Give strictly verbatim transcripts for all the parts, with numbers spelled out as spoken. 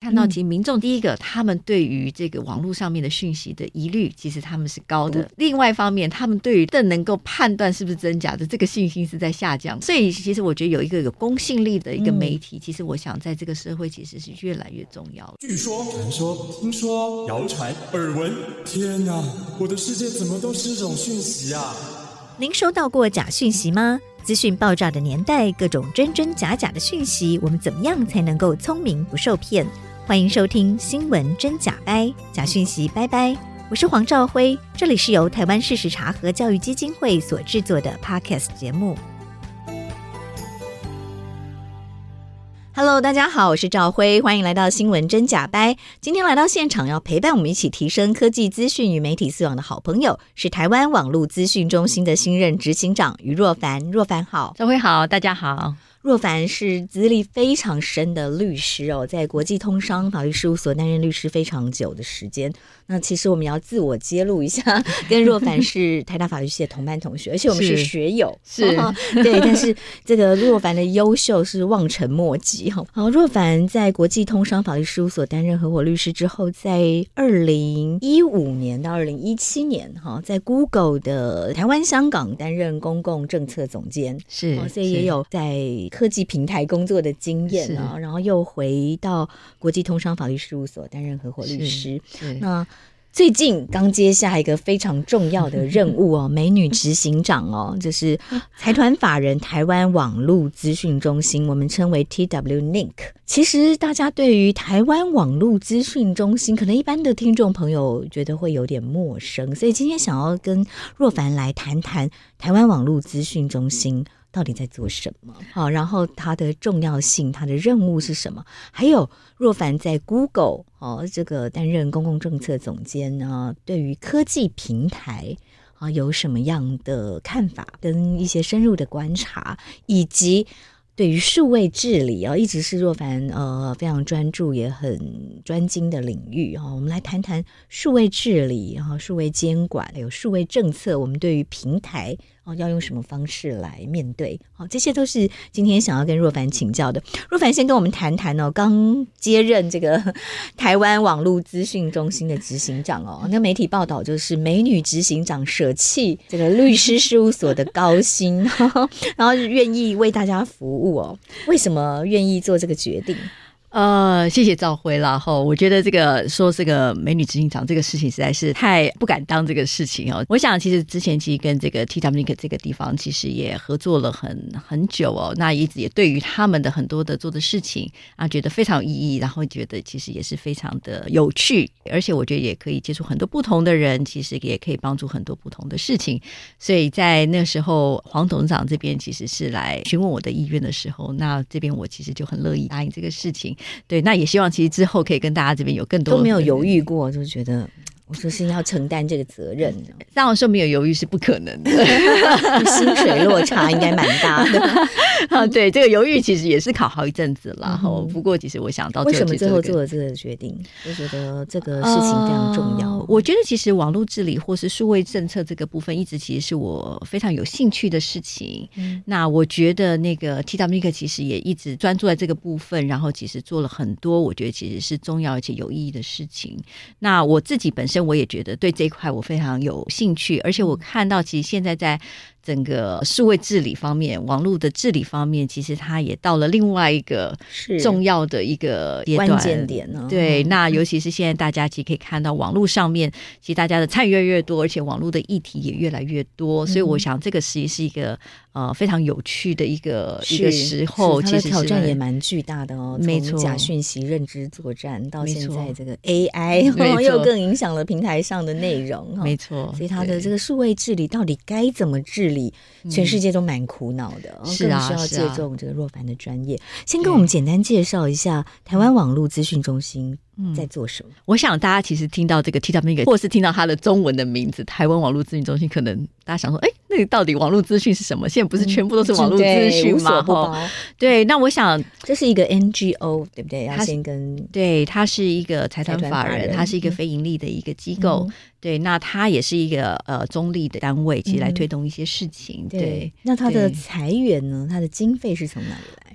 看到其实民众第一个、嗯、他们对于这个网络上面的讯息的疑虑其实他们是高的、嗯、另外一方面他们对于更能够判断是不是真假的这个信心是在下降，所以其实我觉得有一个有公信力的一个媒体、嗯、其实我想在这个社会其实是越来越重要的。 据说传说听说谣传耳闻，天哪，我的世界怎么都是这种讯息啊。 您收到过假讯息吗？资讯爆炸的年代，各种真真假假的讯息，我们怎么样才能够聪明不受骗？欢迎收听新闻真假掰，假讯息拜拜。我是黄兆辉，这里是由台湾事实查核教育基金会所制作的 Podcast 节目。Hello， 大家好，我是兆辉，欢迎来到新闻真假掰。今天来到现场要陪伴我们一起提升科技资讯与媒体素养的好朋友，是台湾网络资讯中心的新任执行长于若凡。若凡好。 兆辉好，大家好。 若凡是资历非常深的律师哦，在国际通商法律事务所担任律师非常久的时间。那其实我们要自我揭露一下，跟若凡是台大法律系的同班同学，而且我们是学友， 是、 哦、对。但是这个若凡的优秀是望尘莫及哈。好，若凡在国际通商法律事务所担任合伙律师之后，在二零一五年到二零一七年哈，在 Google 的台湾香港担任公共政策总监， 是、 哦，所以也有在科技平台工作的经验啊，然后又回到国际通商法律事务所担任合伙律师。那最近刚接下一个非常重要的任务哦，美女执行长哦，就是财团法人台湾网络资讯中心，我们称为 T W N I C。 其实大家对于台湾网络资讯中心，可能一般的听众朋友觉得会有点陌生，所以今天想要跟若凡来谈谈台湾网络资讯中心到底在做什么？好，然后它的重要性，它的任务是什么？还有若凡在 Google 哦，这个担任公共政策总监啊，对于科技平台啊有什么样的看法，跟一些深入的观察，以及对于数位治理啊，一直是若凡呃非常专注也很专精的领域啊。我们来谈谈数位治理啊、数位监管，还有数位政策，我们对于平台哦要用什么方式来面对？好，这些都是今天想要跟若凡请教的。若凡先跟我们谈谈哦，刚接任这个台湾网络资讯中心的执行长哦，那媒体报道就是美女执行长舍弃这个律师事务所的高薪，然后愿意为大家服务哦。为什么愿意做这个决定？ 呃，谢谢兆辉啦吼，我觉得这个说这个美女执行长这个事情实在是太不敢当这个事情哦。我想其实之前其实跟这个 T W N I C 这个地方其实也合作了很很久哦，那一直也对于他们的很多的做的事情啊觉得非常有意义，然后觉得其实也是非常的有趣，而且我觉得也可以接触很多不同的人，其实也可以帮助很多不同的事情。所以在那时候黄董事长这边其实是来询问我的意愿的时候，那这边我其实就很乐意答应这个事情。对，那也希望其实之后可以跟大家这边有更多都没有犹豫过，就觉得我就是要承担这个责任。 当然说没有犹豫是不可能的， 薪水落差应该蛮大的。 啊，对，这个犹豫其实也是考好一阵子了、嗯、不过其实我想到为什么最后做了这个决定，就觉得这个事情非常重要、呃、 我觉得其实网络治理或是数位政策这个部分一直其实是我非常有兴趣的事情、嗯、那我觉得那个 T W N I C 其实也一直专注在这个部分，然后其实做了很多我觉得其实是重要而且有意义的事情。那我自己本身我也觉得对这一块我非常有兴趣，而且我看到其实现在在整个数位治理方面，网络的治理方面，其实它也到了另外一个重要的一个阶段关键点、哦、 对，那尤其是现在大家其实可以看到网络上面其实大家的参与越来越多，而且网络的议题也越来越多、嗯、所以我想这个实际是一个呃非常有趣的一个一个时候， 其实挑战也蛮巨大的哦。 没错， 从假讯息认知作战到现在这个 A I、哦、又更影响了平台上的内容、哦、 没错， 所以它的这个数位治理到底该怎么治理，全世界都蛮苦恼的、嗯、 是啊， 更需要借重这个若凡的专业、啊啊、先跟我们简单介绍一下台湾网络资讯中心在做什么、嗯、 我想大家其实听到这个 T W N I C 或是听到它的中文的名字台湾网络资讯中心，可能大家想说哎，那个到底网络资讯是什么？现在不是全部都是网络资讯吗、嗯、对，那我想这是一个 N G O 对不对？要先跟对，它是一个财团法人，它是一个非盈利的一个机构、嗯、对，那它也是一个呃中立的单位，其实来推动一些事情、嗯、对, 对。那它的财源呢，它的经费是从哪里来？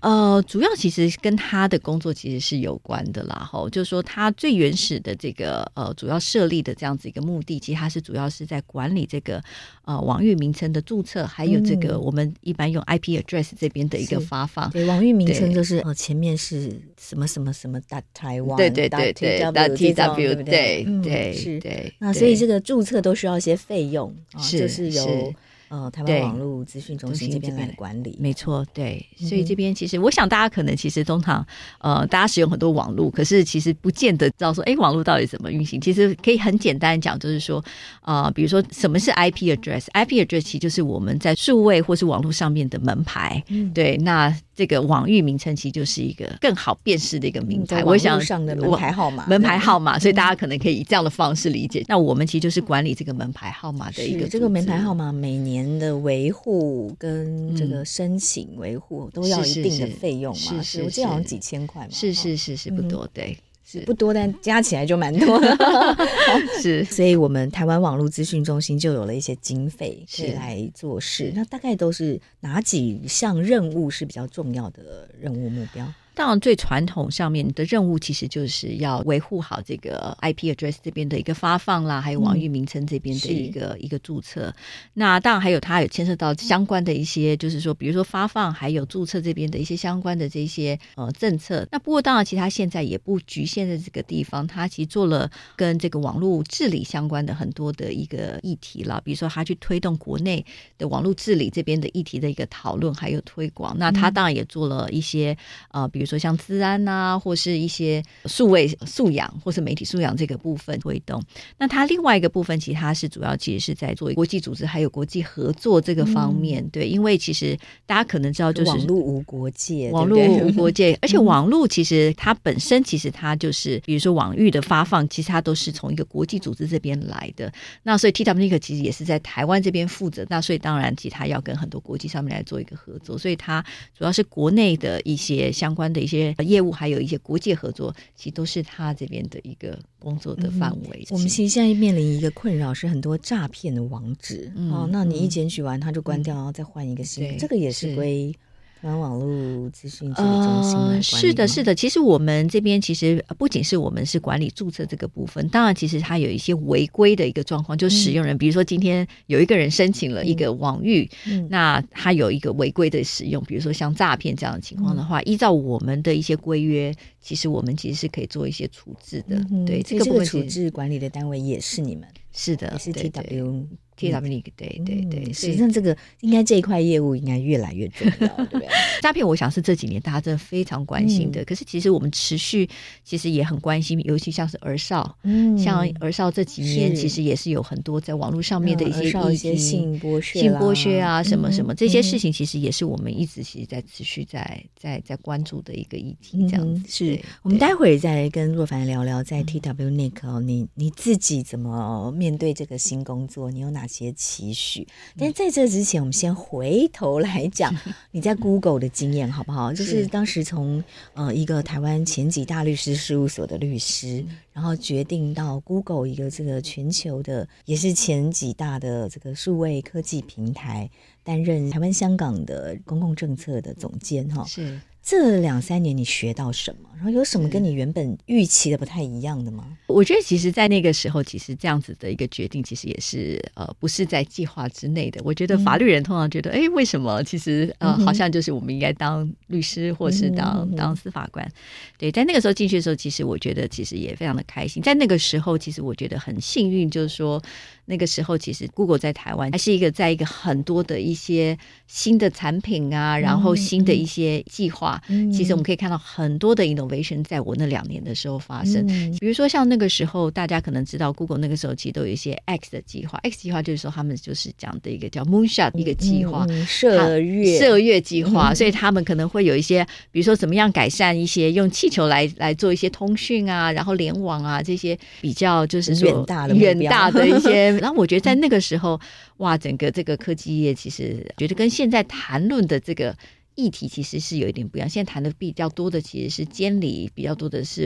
呃，主要其实跟他的工作其实是有关的啦，吼，就是说他最原始的这个呃主要设立的这样子一个目的，其实他是主要是在管理这个呃网域名称的注册，还有这个我们一般用 I P address 这边的一个发放。 对，网域名称就是哦，前面是什么什么什么 .taiwan， 对对对对 .tw， 对对对对是对。 那所以这个注册都需要一些费用， 是就是由呃，台湾网络资讯中心这边来管理， 没错，对，所以这边其实我想大家可能其实通常呃，大家使用很多网络，可是其实不见得知道说，哎，网络到底怎么运行？其实可以很简单讲，就是说，呃，比如说什么是 I P address？I P address 其实就是我们在数位或是网络上面的门牌，嗯、对，那这个网域名称其实就是一个更好辨识的一个名牌。 我想上的门牌号码， 门牌号码，所以大家可能可以以这样的方式理解。嗯、那我们其实就是管理这个门牌号码的一个这个门牌号码每年的维护跟这个申请维护都要一定的费用嘛， 是是， 我记得好像几千块嘛， 是是是是不多，对。 是不多，但加起来就蛮多的。 是， 所以我们台湾网络资讯中心就有了一些经费可以来做事。那大概都是哪几项任务是比较重要的任务目标？ 当然最传统上面的任务其实就是要维护好这个 I P address 这边的一个发放啦，还有网域名称这边的一个、嗯、一个注册。那当然还有它有牵涉到相关的一些，就是说比如说发放还有注册这边的一些相关的这些呃政策。那不过当然其实它现在也不局限在这个地方，它其实做了跟这个网络治理相关的很多的一个议题啦，比如说它去推动国内的网络治理这边的议题的一个讨论还有推广。那它当然也做了一些呃比如比如说像资安啊，或是一些数位素养或是媒体素养这个部分推动。那它另外一个部分其实它是主要其实是在做国际组织还有国际合作这个方面、嗯、对，因为其实大家可能知道就是网络无国界， 网络无国界，而且网络其实它本身其实它就是比如说网域的发放其实它都是从一个国际组织这边来的。那所以 T W N I C 其实也是在台湾这边负责，那所以当然其实它要跟很多国际上面来做一个合作，所以它主要是国内的一些相关的一些业务还有一些国际合作其实都是他这边的一个工作的范围、嗯、 我们其实现在面临一个困扰是很多诈骗的网址、嗯哦、那你一检举完他就关掉、嗯、然后再换一个新的，这个也是归台湾网络资讯这个中心来管理、呃、 是的是的，其实我们这边其实不仅是我们是管理注册这个部分，当然其实它有一些违规的一个状况，就是使用人、嗯、比如说今天有一个人申请了一个网域、嗯、那他有一个违规的使用，比如说像诈骗这样的情况的话、嗯、依照我们的一些规约，其实我们其实是可以做一些处置的、嗯、对，这个部分处置管理的单位也是你们， 是的， 也是 T W T W N I C， 对对对， 实际上这个应该这一块业务应该越来越重要，对不对？ 诈骗我想是这几年大家真的非常关心的、嗯、可是其实我们持续其实也很关心，尤其像是儿少、嗯、像儿少这几年其实也是有很多在网络上面的一些议题、 嗯、一些性剥削性剥削啊什么什么、嗯、这些事情其实也是我们一直其实在持续在在在关注的一个议题，这样子、嗯、 是我们待会儿再跟若凡聊聊在 T W N I C、哦、你你自己怎么面对这个新工作，你有哪些期许？但在这之前我们先回头来讲你在 Google 的经验好不好？就是当时从呃一个台湾前几大律师事务所的律师，然后决定到 Google 一个这个全球的也是前几大的这个数位科技平台，担任台湾香港的公共政策的总监哈。 是这两三年你学到什么？然后有什么跟你原本预期的不太一样的吗？ 我觉得其实在那个时候其实这样子的一个决定其实也是呃不是在计划之内的。我觉得法律人通常觉得哎、嗯，为什么其实呃、嗯、好像就是我们应该当律师或是当、嗯、当司法官。对，在那个时候进去的时候其实我觉得其实也非常的开心。在那个时候其实我觉得很幸运，就是说那个时候其实 Google 在台湾还是一个在一个很多的一些新的产品啊，然后新的一些计划、嗯、其实我们可以看到很多的 innovation 在我那两年的时候发生、嗯、比如说像那个时候大家可能知道 Google 那个时候其实都有一些 X 的计划， X 计划就是说他们就是讲的一个叫 Moonshot 一个计划、 嗯嗯、射月射月计划、嗯、所以他们可能会有一些比如说怎么样改善一些用气球来来做一些通讯啊，然后联网啊，这些比较就是说远大的远大的一些然后我觉得在那个时候哇，整个这个科技业其实觉得跟现在谈论的这个议题其实是有一点不一样。现在谈的比较多的其实是监理，比较多的是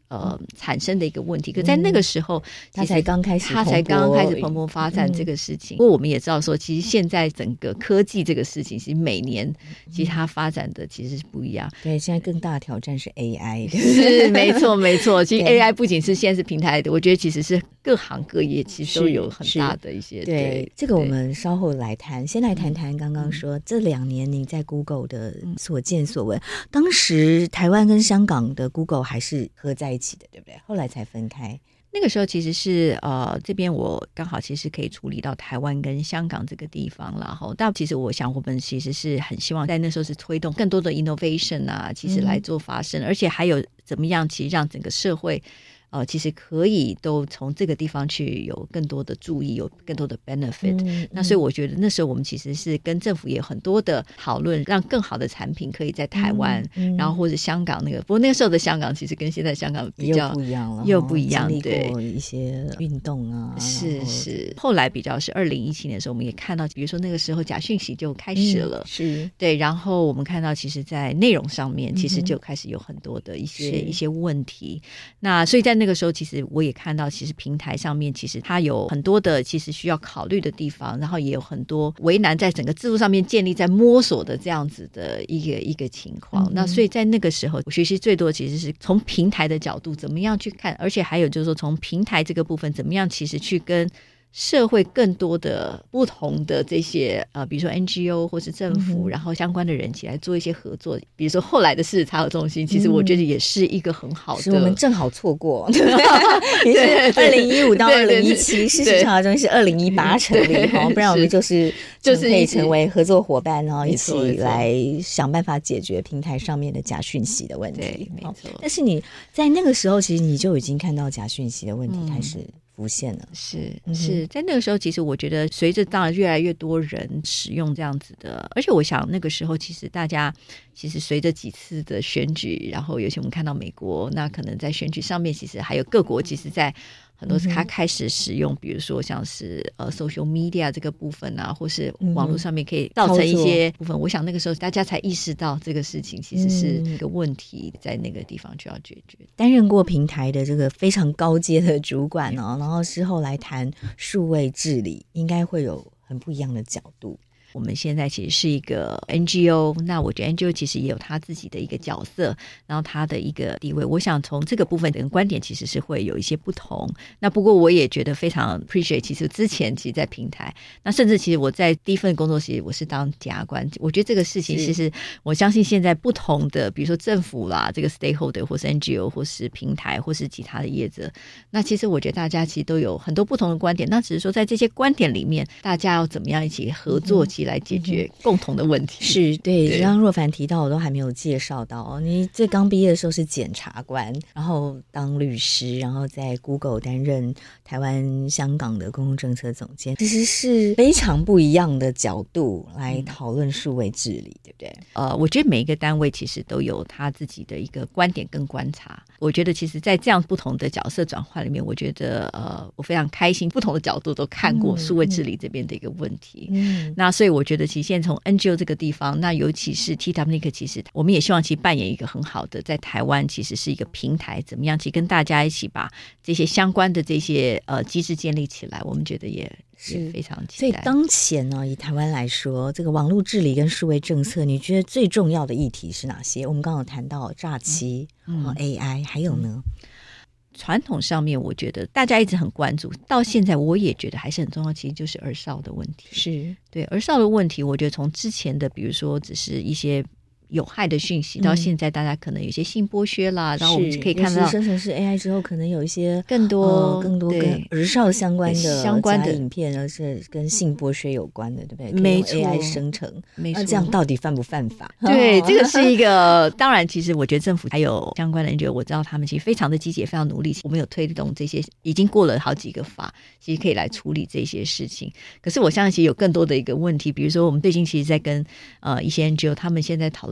呃产生的一个问题。可在那个时候， 他才刚开始， 他才刚刚开始蓬勃发展这个事情。不过我们也知道说，其实现在整个科技这个事情，其实每年其实它发展的其实是不一样。 对，现在更大的挑战是 A I， 是没错没错。其实 A I 不仅是现在是平台的，我觉得其实是各行各业其实都有很大的一些。 对, 对这个我们稍后来谈。先来谈谈刚刚说、嗯、这两年你在 Google 的所见所闻、嗯、当时台湾跟香港的 Google 还是合在一起的，对不对？后来才分开。 那个时候其实是呃，这边我刚好其实可以处理到台湾跟香港这个地方，然后但其实我想我们其实是很希望在那时候是推动更多的 innovation 啊，其实来做发生、嗯、而且还有怎么样其实让整个社会呃，其实可以都从这个地方去有更多的注意，有更多的 benefit、嗯、那所以我觉得那时候我们其实是跟政府也有很多的讨论，让更好的产品可以在台湾、嗯嗯、然后或者香港那个，不过那个时候的香港其实跟现在香港比较又不一样了， 又不一样，对， 一些运动啊， 是是。后来比较是二零一七年的时候，我们也看到比如说那个时候假讯息就开始了、嗯、 是对，然后我们看到其实在内容上面其实就开始有很多的一些、嗯、一些问题。那所以在那个时候其实我也看到其实平台上面其实它有很多的其实需要考虑的地方，然后也有很多为难在整个制度上面建立在摸索的这样子的一个一个情况、嗯、那所以在那个时候我学习最多其实是从平台的角度怎么样去看，而且还有就是说从平台这个部分怎么样其实去跟社会更多的不同的这些呃，比如说 N G O 或是政府、嗯、然后相关的人起来做一些合作，比如说后来的事实查核中心，其实我觉得也是一个很好的、 嗯、是我们正好错过也是二零一五到二零一七，事实查核中心是二零一八成立，不然我们就是就是可以成为合作伙伴，然后一起来想办法解决平台上面的假讯息的问题。 没错， 但是你在那个时候其实你就已经看到假讯息的问题开始、嗯浮现了。 是是，在那个时候其实我觉得随着当然越来越多人使用这样子的，而且我想那个时候其实大家其实随着几次的选举，然后尤其我们看到美国，那可能在选举上面其实还有各国其实在很多他开始使用、嗯、比如说像是呃 social media 这个部分啊，或是网络上面可以造成一些部分、嗯、我想那个时候大家才意识到这个事情其实是一个问题，在那个地方就要解决。 担任过平台的这个非常高阶的主管哦，然后之后来谈数位治理，应该会有很不一样的角度。 我们现在其实是一个 N G O， 那我觉得 N G O 其实也有他自己的一个角色，然后他的一个地位，我想从这个部分的观点其实是会有一些不同。那不过我也觉得非常 appreciate， 其实之前其实在平台，那甚至其实我在第一份工作其实我是当检察官，我觉得这个事情其实我相信现在不同的比如说政府啦，这个 stakeholder 或是 N G O 或是平台或是其他的业者，那其实我觉得大家其实都有很多不同的观点，那只是说在这些观点里面大家要怎么样一起合作、嗯来解决共同的问题。 是对，刚刚若凡提到我都还没有介绍到，你最刚毕业的时候是检察官，然后当律师，然后在 Google 担任台湾香港的公共政策总监，其实是非常不一样的角度来讨论数位治理、嗯、对不对？ 呃，我觉得每一个单位其实都有他自己的一个观点跟观察，我觉得其实在这样不同的角色转换里面，我觉得呃，我非常开心不同的角度都看过数位治理这边的一个问题、嗯、那所以我觉得其实现在从 N G O 这个地方，那尤其是 T W N I C， 其实我们也希望其实扮演一个很好的在台湾其实是一个平台，怎么样去跟大家一起把这些相关的这些呃机制建立起来，我们觉得也也非常期待。 所以当前呢，以台湾来说，这个网络治理跟数位政策，你觉得最重要的议题是哪些？我们刚刚有谈到诈欺、嗯嗯、A I， 还有呢？ 传统上面我觉得大家一直很关注，到现在我也觉得还是很重要，其实就是儿少的问题。 是对儿少的问题，我觉得从之前的比如说只是一些有害的讯息、嗯、到现在大家可能有一些性剥削啦，然后我们可以看到生成式 A I 之后可能有一些更多、 呃、更多跟儿少相关的相关的影片，而是跟性剥削有关的，对不对？ 没错 A I 生成， 没错。 那这样到底犯不犯法？ 对，这个是一个当然其实我觉得政府还有相关的 N G O， 我知道他们其实非常的积极，非常努力，我们有推动这些已经过了好几个法，其实可以来处理这些事情。可是我相信其实有更多的一个问题，比如说我们最近其实在跟呃一些 N G O 他们现在讨论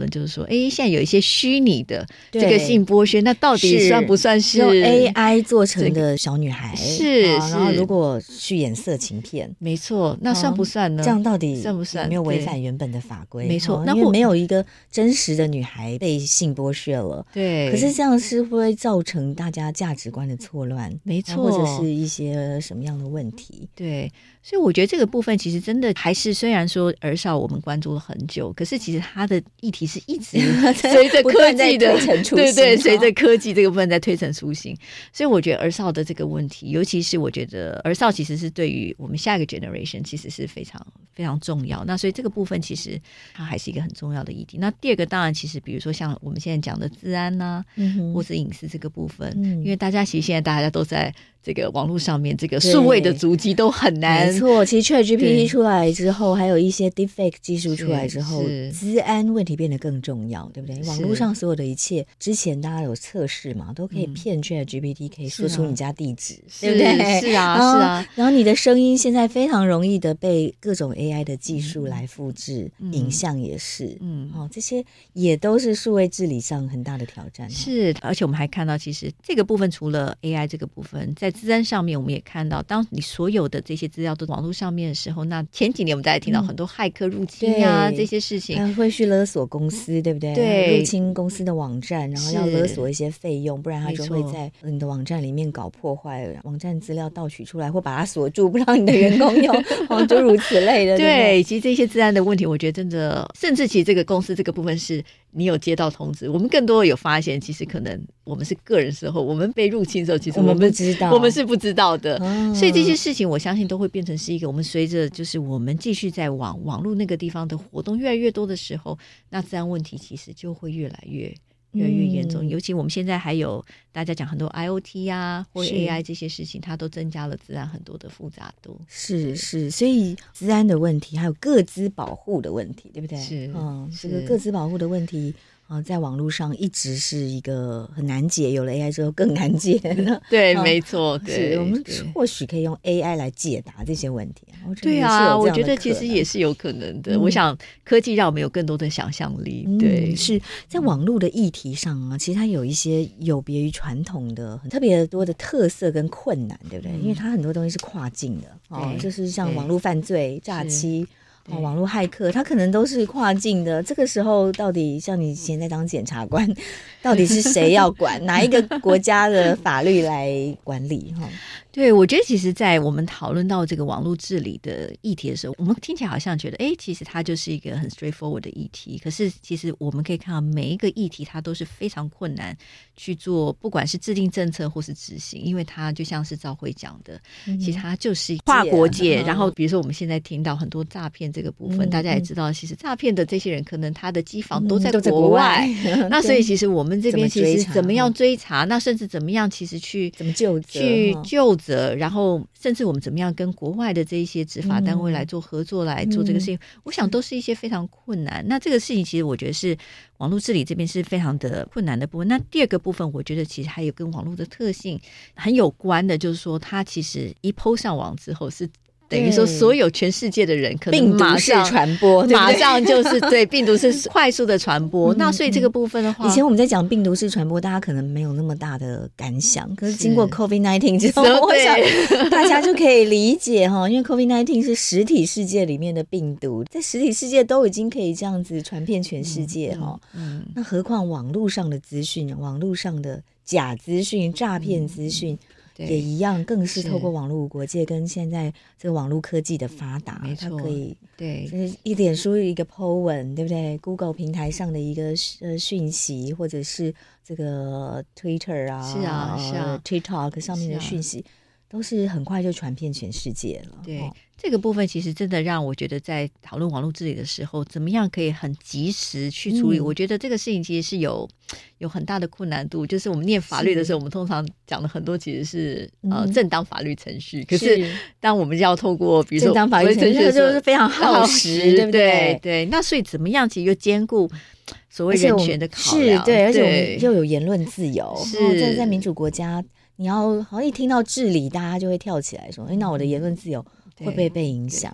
论，就是说，哎，现在有一些虚拟的这个性剥削，那到底算不算是用 A I 做成的小女孩？ 是、 啊，然后如果去演色情片， 没错，那算不算呢？ 这样到底算不算？ 有没有违反原本的法规？ 没错， 那因为没有一个真实的女孩被性剥削了。 对， 可是这样是会造成大家价值观的错乱， 没错， 或者是一些什么样的问题？ 对，所以我觉得这个部分其实真的还是，虽然说儿少我们关注了很久，可是其实它的议题是一直随着科技的推陈出新， 对对，随着科技这个部分在推陈出新。所以我觉得儿少的这个问题，尤其是我觉得儿少其实是对于我们下一个 generation 其实是非常非常重要。那所以这个部分其实它还是一个很重要的议题。那第二个当然其实比如说像我们现在讲的治安啊、嗯、或是隐私这个部分、嗯、因为大家其实现在大家都在这个网络上面，这个数位的足迹都很难。 没错，其实 ChatGPT 出来之后，还有一些 Deepfake 技术出来之后，资安问题变得更重要，对不对？网络上所有的一切，之前大家有测试嘛，都可以骗 ChatGPT，、嗯、可以说出你家地址，对不对？ 是啊，是啊。 然后你的声音现在非常容易的被各种 A I 的技术来复制，嗯、影像也是，嗯，哦，这些也都是数位治理上很大的挑战。 是，而且我们还看到，其实这个部分除了 A I 这个部分，在资安上面我们也看到，当你所有的这些资料都网络上面的时候，那前几年我们大家听到很多骇客入侵啊、嗯、这些事情， 还会去勒索公司，对不对？ 对， 入侵公司的网站，然后要勒索一些费用，不然他就会在你的网站里面搞破坏，网站资料盗取出来，或把它锁住，不让你的员工用，哦，诸如此类的。对， 对，其实这些资安的问题，我觉得真的，甚至其实这个公司这个部分是你有接到通知，我们更多有发现，其实可能我们是个人时候，我们被入侵的时候，其实我们不知道， 我们是不知道的。哦、所以这些事情，我相信都会变成是一个我们随着就是我们继续在网网络那个地方的活动越来越多的时候，那治安问题其实就会越来越。越来越严重、嗯、尤其我们现在还有大家讲很多 I O T 啊或 A I 这些事情，它都增加了治安很多的复杂度。 是是，所以治安的问题还有个资保护的问题，对不对？ 是， 嗯，这个个资保护的问题啊，在网络上一直是一个很难解，有了 A I 之后更难解了。 对，啊、没错，对， 是我们或许可以用 A I 来解答这些问题。 对啊，我觉得其实也是有可能的。嗯、我想科技让我们有更多的想象力。嗯、对， 是在网络的议题上啊，其实它有一些有别于传统的、很特别多的特色跟困难，对不对？嗯、因为它很多东西是跨境的哦，就是像网络犯罪、诈欺。哦，网络骇客他可能都是跨境的，这个时候到底像你以前在当检察官，到底是谁要管哪一个国家的法律来管理？哈， 对，我觉得其实在我们讨论到这个网络治理的议题的时候，我们听起来好像觉得哎，其实它就是一个很 straightforward 的议题，可是其实我们可以看到每一个议题它都是非常困难去做，不管是制定政策或是执行，因为它就像是兆慧讲的、嗯、其实它就是跨国界、嗯、然后比如说我们现在听到很多诈骗这个部分、嗯、大家也知道其实诈骗的这些人可能他的机房都在国外、嗯、那所以其实我们这边其实怎么样追查，那甚至怎么样其实去怎么究责去究责，然后甚至我们怎么样跟国外的这一些执法单位来做合作来做这个事情、嗯、我想都是一些非常困难。那这个事情其实我觉得是网络治理这边是非常的困难的部分。那第二个部分我觉得其实还有跟网络的特性很有关的，就是说它其实一 po 上网之后是等于说所有全世界的人可能马上病毒式传播，对对马上就是对病毒是快速的传播、嗯、那所以这个部分的话， 以前我们在讲病毒式传播大家可能没有那么大的感想，可是经过 COVID 十九 之后我想大家就可以理解因为 COVID 十九 是实体世界里面的病毒，在实体世界都已经可以这样子传遍全世界、嗯嗯、那何况网络上的资讯，网络上的假资讯、诈骗资讯、嗯也一样，更是透过网络无国界跟现在这个网络科技的发达， 没错， 它可以对， 就是一脸书一个 po 文，对不对 ？Google 平台上的一个呃讯息，或者是这个 Twitter 啊， 是啊是啊 ，TikTok 上面的讯息。都是很快就传遍全世界了。 对、哦、这个部分其实真的让我觉得在讨论网络治理的时候怎么样可以很及时去处理、嗯、我觉得这个事情其实是有有很大的困难度，就是我们念法律的时候我们通常讲的很多其实是、嗯、呃正当法律程序，可是当我们要透过比如说正当法律程序的时候是非常耗时，对不对？ 对对，那所以怎么样其实又兼顾所谓人权的考量， 是对，而且我们又有言论自由， 是、 哦、在在民主国家你要好像一听到治理大家就会跳起来说、欸、那我的言论自由会不会被影响？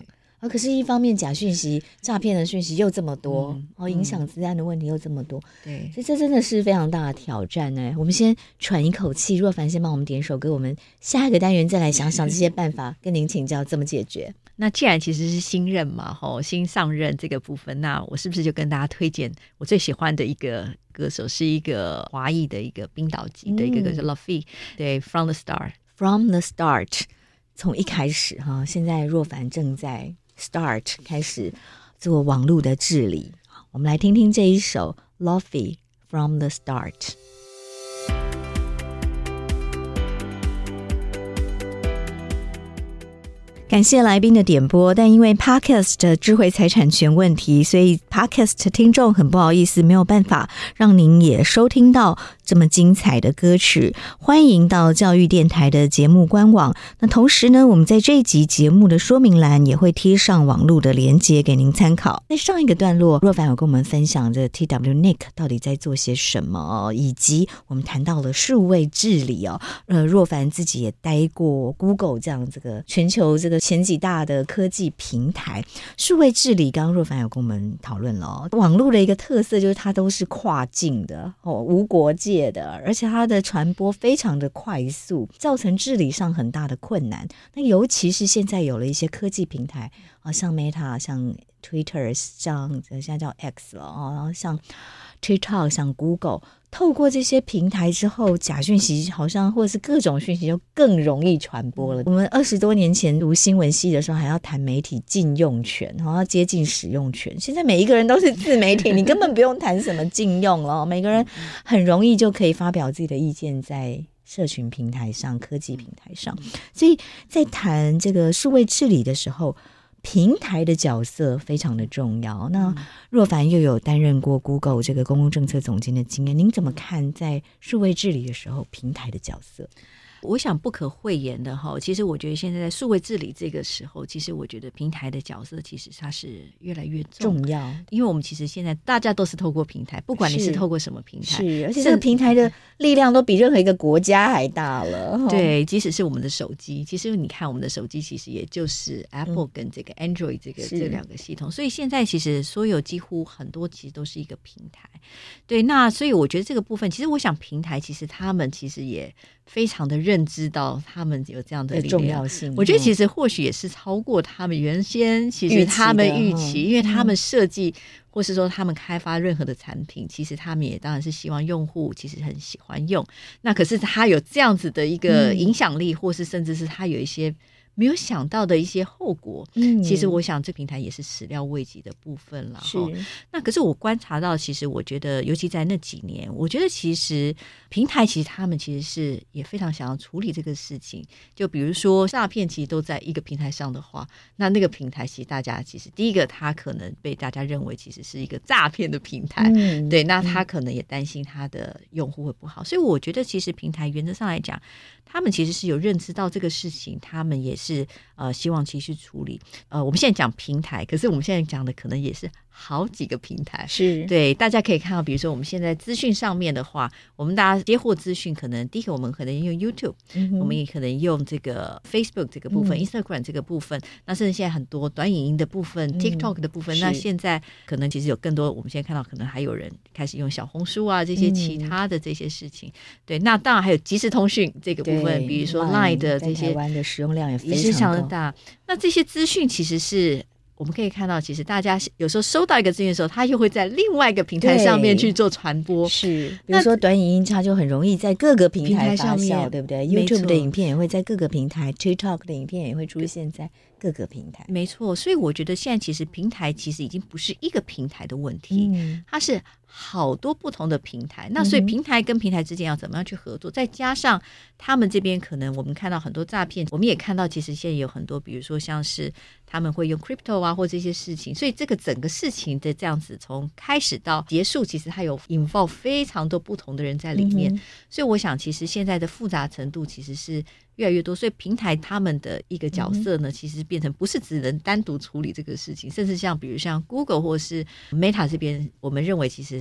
啊，可是一方面假讯息诈骗的讯息又这么多、嗯哦、影响治安的问题又这么多， 对， 所以这真的是非常大的挑战呢。我们先喘一口气，若凡先帮我们点首歌，我们下一个单元再来想想这些办法跟您请教怎么解决。 那既然其实是新任嘛，吼，新上任这个部分，那我是不是就跟大家推荐我最喜欢的一个歌手，是一个华裔的一个冰岛籍的一个歌手 Lofi， 对 From the Start From the Start， 从一开始哈，现在若凡正在 Start 开始做网络的治理，我们来听听这一首 Lofi From the Start。感谢来宾的点播，但因为 Podcast 的智慧财产权问题，所以 Podcast 听众很不好意思，没有办法让您也收听到这么精彩的歌曲。欢迎到教育电台的节目官网，那同时呢，我们在这一集节目的说明栏也会贴上网络的连结给您参考。在上一个段落，若凡有跟我们分享这 T W N I C 到底在做些什么，以及我们谈到了数位治理哦。呃，若凡自己也待过 Google 这样这个全球这个前几大的科技平台，数位治理刚刚若凡有跟我们讨论了、哦、网络的一个特色就是它都是跨境的、哦、无国界的，而且它的传播非常的快速，造成治理上很大的困难。那尤其是现在有了一些科技平台、啊、像 Meta 像 Twitter 像现在叫 X 了、哦、然后像 TikTok 像 Google，透过这些平台之后，假讯息好像或者是各种讯息就更容易传播了。我们二十多年前读新闻系的时候还要谈媒体禁用权，然后要接近使用权，现在每一个人都是自媒体，你根本不用谈什么禁用了，每个人很容易就可以发表自己的意见在社群平台上科技平台上。所以在谈这个数位治理的时候，平台的角色非常的重要。那若凡又有担任过 Google 这个公共政策总监的经验，您怎么看在数位治理的时候平台的角色？ 我想不可讳言的哈，其实我觉得现在在数位治理这个时候，其实我觉得平台的角色其实它是越来越重重要， 因为我们其实现在大家都是透过平台，不管你是透过什么平台， 是，而且这个平台的力量都比任何一个国家还大了。 对，即使是我们的手机，其实你看我们的手机其实也就是 Apple 跟这个 Android 这个、嗯、这两个系统，所以现在其实所有几乎很多其实都是一个平台。对，那所以我觉得这个部分，其实我想平台其实他们其实也非常的认知到他们有这样的力量重要性。 我觉得其实或许也是超过他们原先其实他们预期，因为他们设计、嗯、或是说他们开发任何的产品，其实他们也当然是希望用户其实很喜欢用。那可是他有这样子的一个影响力、嗯、或是甚至是他有一些没有想到的一些后果、嗯、其实我想这平台也是始料未及的部分了。是，那可是我观察到，其实我觉得尤其在那几年，我觉得其实平台其实他们其实是也非常想要处理这个事情。就比如说诈骗其实都在一个平台上的话，那那个平台其实大家其实第一个他可能被大家认为其实是一个诈骗的平台、嗯、对，那他可能也担心他的用户会不好，所以我觉得其实平台原则上来讲，他们其实是有认知到这个事情，他们也是是呃希望其实处理。呃，我们现在讲平台，可是我们现在讲的可能也是好几个平台。是，对，大家可以看到，比如说我们现在资讯上面的话，我们大家接获资讯，可能第一个我们可能用 YouTube，、嗯、我们也可能用这个 Facebook 这个部分、嗯、Instagram 这个部分，那甚至现在很多短影音的部分、嗯、TikTok 的部分，那现在可能其实有更多，我们现在看到可能还有人开始用小红书啊这些其他的这些事情、嗯、对，那当然还有即时通讯这个部分，比如说 Line 的这些， 台湾的使用量也非常高， 也是相当大。那这些资讯其实是我们可以看到，其实大家有时候收到一个资讯的时候，它又会在另外一个平台上面去做传播。是， 比如说短影音，它就很容易在各个平台发酵，对不对 ？YouTube 的影片也会在各个平台 ，TikTok 的影片也会出现在各个平台。 没错，所以我觉得现在其实平台其实已经不是一个平台的问题，嗯、它是好多不同的平台。那所以平台跟平台之间要怎么样去合作？再加上他们这边可能我们看到很多诈骗，我们也看到其实现在有很多，比如说像是他们会用 crypto 啊或这些事情，所以这个整个事情的这样子从开始到结束，其实它有 involve 非常多不同的人在里面、嗯、所以我想其实现在的复杂程度其实是越来越多，所以平台他们的一个角色呢、嗯、其实变成不是只能单独处理这个事情，甚至像比如像 Google 或是 Meta 这边，我们认为其实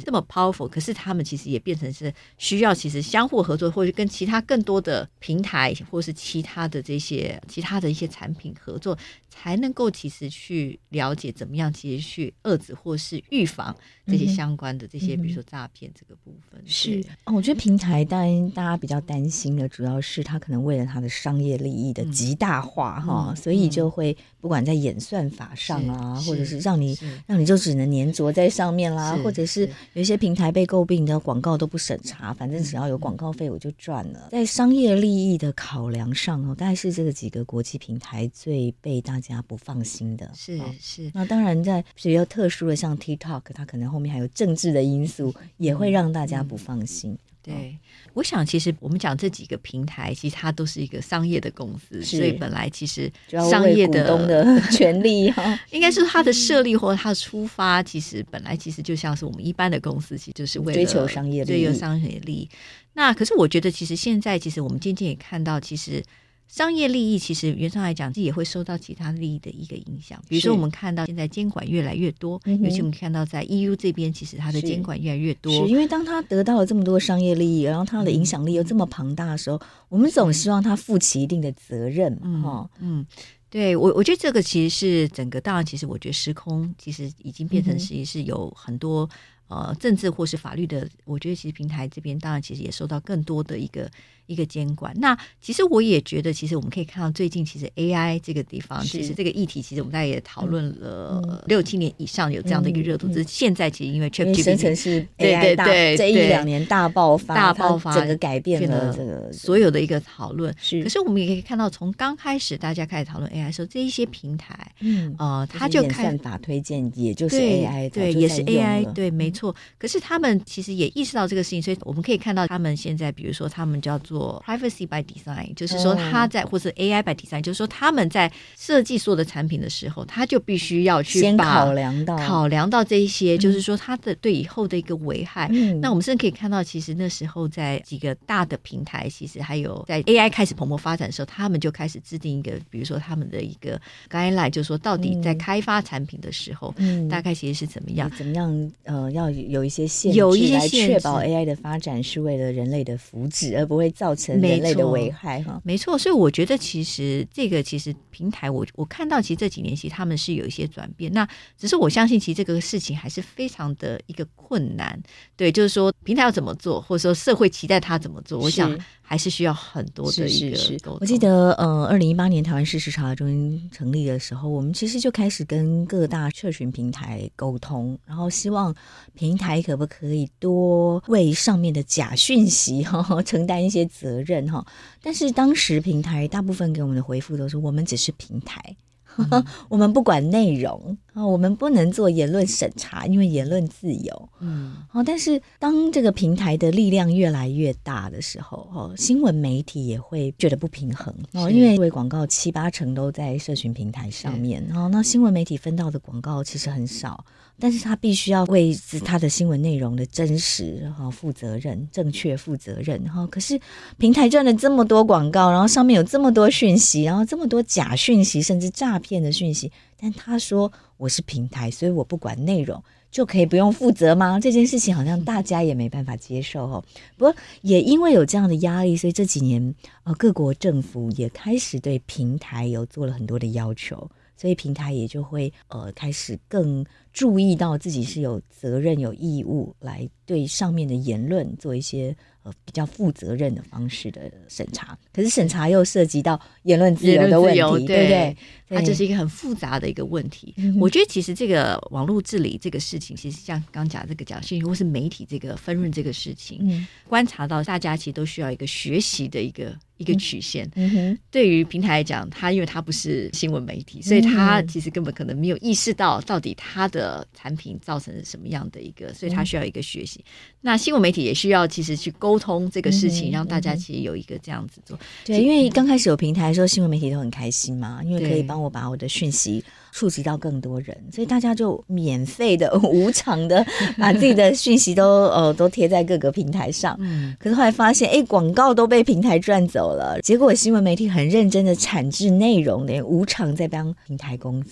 这么 powerful， 可是他们其实也变成是需要其实相互合作，或者跟其他更多的平台或是其他的这些其他的一些产品合作，才能够其实去了解怎么样其实去遏制或是预防这些相关的这些、嗯、比如说诈骗这个部分。 是、哦、我觉得平台当然大家比较担心的主要是他可能为了他的商业利益的极大化、嗯哦、所以就会不管在演算法上啊，或者是让你让你就只能黏着在上面啦，或者是有一些平台被诟病的广告都不审查，反正只要有广告费我就赚了。在商业利益的考量上、哦、大概是这个几个国际平台最被大家不放心的。 是、哦、是。 那当然在比较特殊的像 TikTok， 它可能后面还有政治的因素，也会让大家不放心。嗯对、哦，我想其实我们讲这几个平台，其实它都是一个商业的公司，所以本来其实商业的股东的权利哈， 应该是它的设立或者它的出发，其实本来其实就像是我们一般的公司，其实就是为了追求商业利益， 追求商业利益。那可是我觉得，其实现在其实我们渐渐也看到，其实商业利益其实原上来讲也会受到其他利益的一个影响，比如说我们看到现在监管越来越多、嗯、尤其我们看到在 E U 这边其实它的监管越来越多， 是因为当它得到了这么多商业利益，然后它的影响力又这么庞大的时候、嗯、我们总希望它负起一定的责任。 嗯、哦、嗯，对，我我觉得这个其实是整个，当然其实我觉得时空其实已经变成实际是有很多、嗯、呃政治或是法律的，我觉得其实平台这边当然其实也受到更多的一个一个监管。那其实我也觉得其实我们可以看到最近其实 A I 这个地方，其实这个议题其实我们大概也讨论了六七、嗯、年以上有这样的一个热度、嗯嗯、只是现在其实因为 ChatGPT 生成式 A I 大对对对这一两年大爆发大爆发整个改变了这个所有的一个讨论。可是我们也可以看到从刚开始大家开始讨论 A I 的时候，这一些平台嗯呃它就开演算法推荐也就是 A I 对, 对也是 A I 对没错。可是他们其实也意识到这个事情，所以我们可以看到他们现在比如说他们叫做 Privacy by Design， 就是说他在、哦、或是 A I by Design， 就是说他们在设计所有的产品的时候，他就必须要去先考量到考量到这一些、嗯、就是说他的对以后的一个危害、嗯、那我们甚至可以看到其实那时候在几个大的平台，其实还有在 A I 开始蓬勃发展的时候，他们就开始制定一个比如说他们的一个 guideline， 就是说到底在开发产品的时候、嗯、大概其实是怎么样怎么样呃要有一些限制有一些来确保 A I 的发展是为了人类的福祉，而不会造成人类的危害哈。 没错，所以我觉得其实这个其实平台我我看到其实这几年其实他们是有一些转变，那只是我相信其实这个事情还是非常的一个困难。对，就是说平台要怎么做，或者说社会期待他怎么做，我想还是需要很多的一个沟通。是是是， 我记得呃，二零一八年台湾事实查核中心成立的时候，我们其实就开始跟各大社群平台沟通，然后希望平台可不可以多为上面的假讯息哈承担一些责任哈。但是当时平台大部分给我们的回复都是我们只是平台。嗯、我们不管内容、哦、我们不能做言论审查，因为言论自由。嗯、哦，但是当这个平台的力量越来越大的时候、哦、新闻媒体也会觉得不平衡、哦、因为广告七八成都在社群平台上面、哦、那新闻媒体分到的广告其实很少，但是他必须要为他的新闻内容的真实、哦、负责任，正确负责任、哦、可是平台赚了这么多广告，然后上面有这么多讯息，然后这么多假讯息甚至诈骗的讯息，但他说我是平台，所以我不管内容就可以不用负责吗？这件事情好像大家也没办法接受哦。不过也因为有这样的压力，所以这几年呃各国政府也开始对平台有做了很多的要求，所以平台也就会呃开始更注意到自己是有责任有义务来对上面的言论做一些呃比较负责任的方式的审查。可是审查又涉及到言论自由的问题，对不对？ 它就是一个很复杂的一个问题。嗯、我觉得其实这个网络治理这个事情，其实像刚讲这个讲讯息或是媒体这个分润这个事情、嗯，观察到大家其实都需要一个学习的一个一个曲线。嗯哼，对于平台来讲，它因为它不是新闻媒体，所以它其实根本可能没有意识到到底它的产品造成什么样的一个，所以它需要一个学习。嗯、那新闻媒体也需要其实去沟通这个事情，嗯、让大家其实有一个这样子做。 对，因为刚开始有平台的时候，新闻媒体都很开心嘛，因为可以帮我把我的讯息触及到更多人，所以大家就免费的、无偿的把自己的讯息都呃都贴在各个平台上。嗯，可是后来发现，哎，广告都被平台赚走了，结果新闻媒体很认真的产制内容，连无偿在帮平台工作。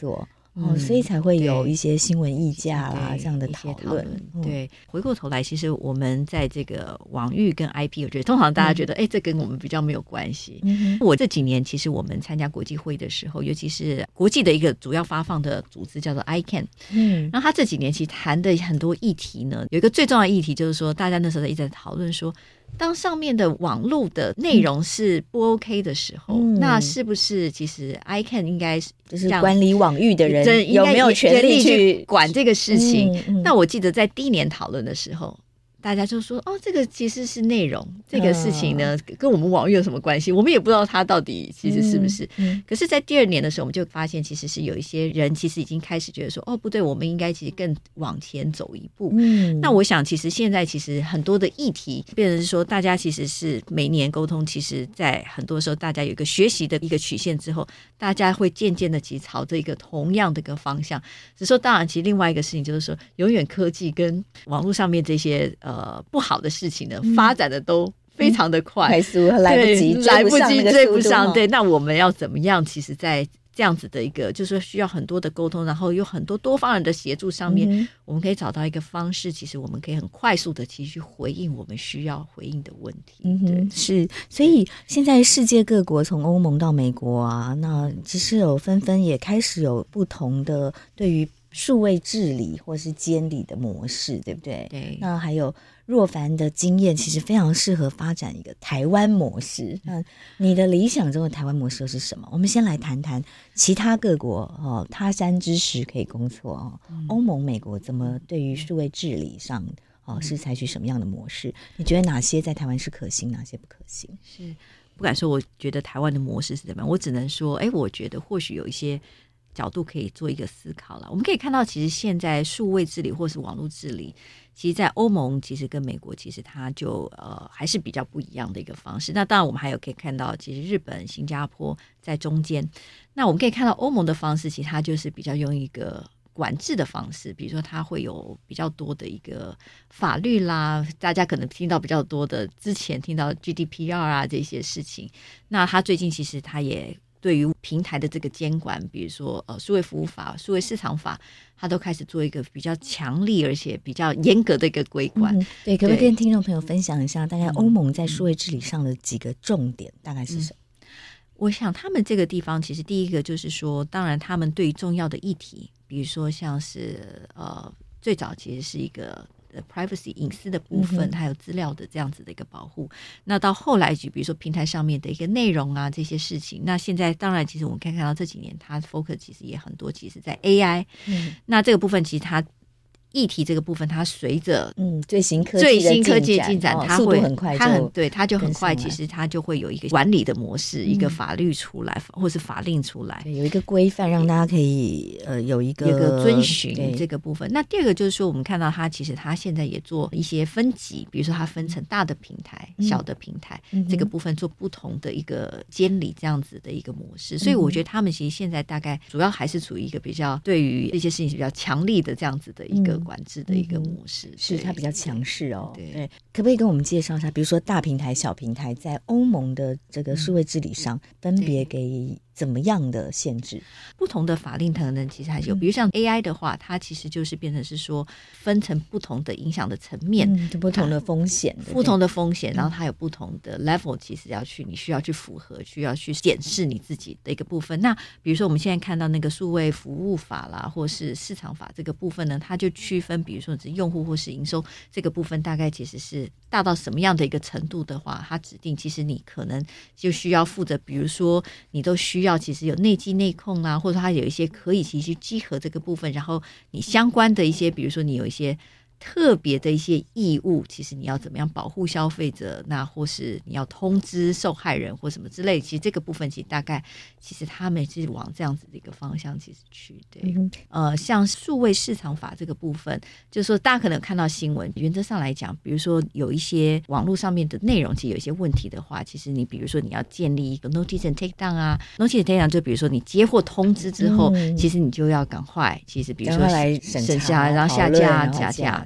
哦，所以才会有一些新闻议价啦这样的讨论。 对，回过头来，其实我们在这个网域跟 I P， 我觉得通常大家觉得，哎、嗯，这跟我们比较没有关系。嗯、我这几年其实我们参加国际会的时候，尤其是国际的一个主要发放的组织叫做 I C A N， 嗯，然后他这几年其实谈的很多议题呢，有一个最重要的议题就是说，大家那时候一直在讨论说，当上面的网络的内容是不 OK 的时候，嗯、那是不是其实 I C A N 应该就是管理网域的人有没有权利去管这个事情？嗯嗯、那我记得在第一年讨论的时候，大家就说哦，这个其实是内容，这个事情呢、嗯、跟我们网域有什么关系？我们也不知道它到底其实是不是。嗯嗯、可是，在第二年的时候，我们就发现其实是有一些人其实已经开始觉得说，哦，不对，我们应该其实更往前走一步。嗯，那我想，其实现在其实很多的议题，变成是说，大家其实是每年沟通，其实在很多时候，大家有一个学习的一个曲线之后，大家会渐渐的其实朝着一个同样的一个方向。只是说，当然，其实另外一个事情就是说，永远科技跟网络上面这些呃不好的事情呢，嗯、发展的都非常的快， 快速来不及， 来不及追不上。对，那我们要怎么样？其实，在这样子的一个，就是需要很多的沟通，然后有很多多方人的协助上面，嗯、我们可以找到一个方式，其实我们可以很快速的其实去回应我们需要回应的问题。 嗯哼，是，所以现在世界各国从欧盟到美国啊，那其实有纷纷也开始有不同的对于数位治理或是监理的模式，对不对？ 对。 那还有若凡的经验，其实非常适合发展一个台湾模式。那你的理想中的台湾模式是什么？我们先来谈谈其他各国哦，他山之石可以攻错哦。嗯、欧盟、美国怎么对于数位治理上哦是采取什么样的模式？你觉得哪些在台湾是可行，哪些不可行？ 是不敢说，我觉得台湾的模式是怎么样，我只能说，哎，我觉得或许有一些角度可以做一个思考了。我们可以看到，其实现在数位治理或是网络治理，其实在欧盟其实跟美国其实它就呃还是比较不一样的一个方式。那当然我们还有可以看到，其实日本、新加坡在中间。那我们可以看到欧盟的方式，其实它就是比较用一个管制的方式，比如说它会有比较多的一个法律啦，大家可能听到比较多的，之前听到 G D P R 啊这些事情。那它最近其实它也对于平台的这个监管，比如说呃数位服务法、数位市场法，它都开始做一个比较强力而且比较严格的一个规管。 嗯、对，可不可以跟听众朋友分享一下，大概欧盟在数位治理上的几个重点、嗯、大概是什么？ 我想他们这个地方其实第一个就是说，当然他们对于重要的议题，比如说像是呃最早其实是一个privacy 隐私的部分，嗯、还有资料的这样子的一个保护。那到后来就比如说平台上面的一个内容啊这些事情，那现在当然其实我们可以看到这几年它 focus 其实也很多，其实在 A I，嗯、那这个部分其实它议题这个部分，它随着嗯最新科技最新科技的进展， 哦、 它会很快， 它很对，它就很快，其实它就会有一个管理的模式，嗯、一个法律出来，或是法令出来， 有一个规范，让大家可以呃有一个有个遵循这个部分。那第二个就是说，我们看到它其实它现在也做一些分级，比如说它分成大的平台、嗯、小的平台，嗯、这个部分做不同的一个监理这样子的一个模式。所以我觉得他们其实现在大概主要还是处于一个比较对于这些事情比较强力的这样子的一个管制的一个模式，嗯、 是它比较强势哦。 对， 对，可不可以跟我们介绍一下，比如说大平台、小平台在欧盟的这个数位治理上，分别给怎么样的限制？ 不同的法令可能其实还是有，比如像 A I 的话，它其实就是变成是说分成不同的影响的层面， 嗯、不同的风险， 不同的风险，然后它有不同的 level， 其实要去你需要去符合，需要去检视你自己的一个部分。那比如说我们现在看到那个数位服务法啦，或是市场法这个部分呢，它就区分，比如说是用户或是营收这个部分，大概其实是大到什么样的一个程度的话，它指定其实你可能就需要负责，比如说你都需要其实有内稽内控啊，或者它有一些可以其实稽核这个部分，然后你相关的一些，比如说你有一些特别的一些义务，其实你要怎么样保护消费者，那或是你要通知受害人或什么之类，其实这个部分其实大概其实他们是往这样子的一个方向其实去。对，嗯、呃，像数位市场法这个部分，就是说大家可能有看到新闻，原则上来讲，比如说有一些网络上面的内容其实有一些问题的话，其实你比如说你要建立一个 notice and take down 啊 notice and take down 就比如说你接获通知之后，嗯、其实你就要赶快，其实比如说来审查，然后下架加价。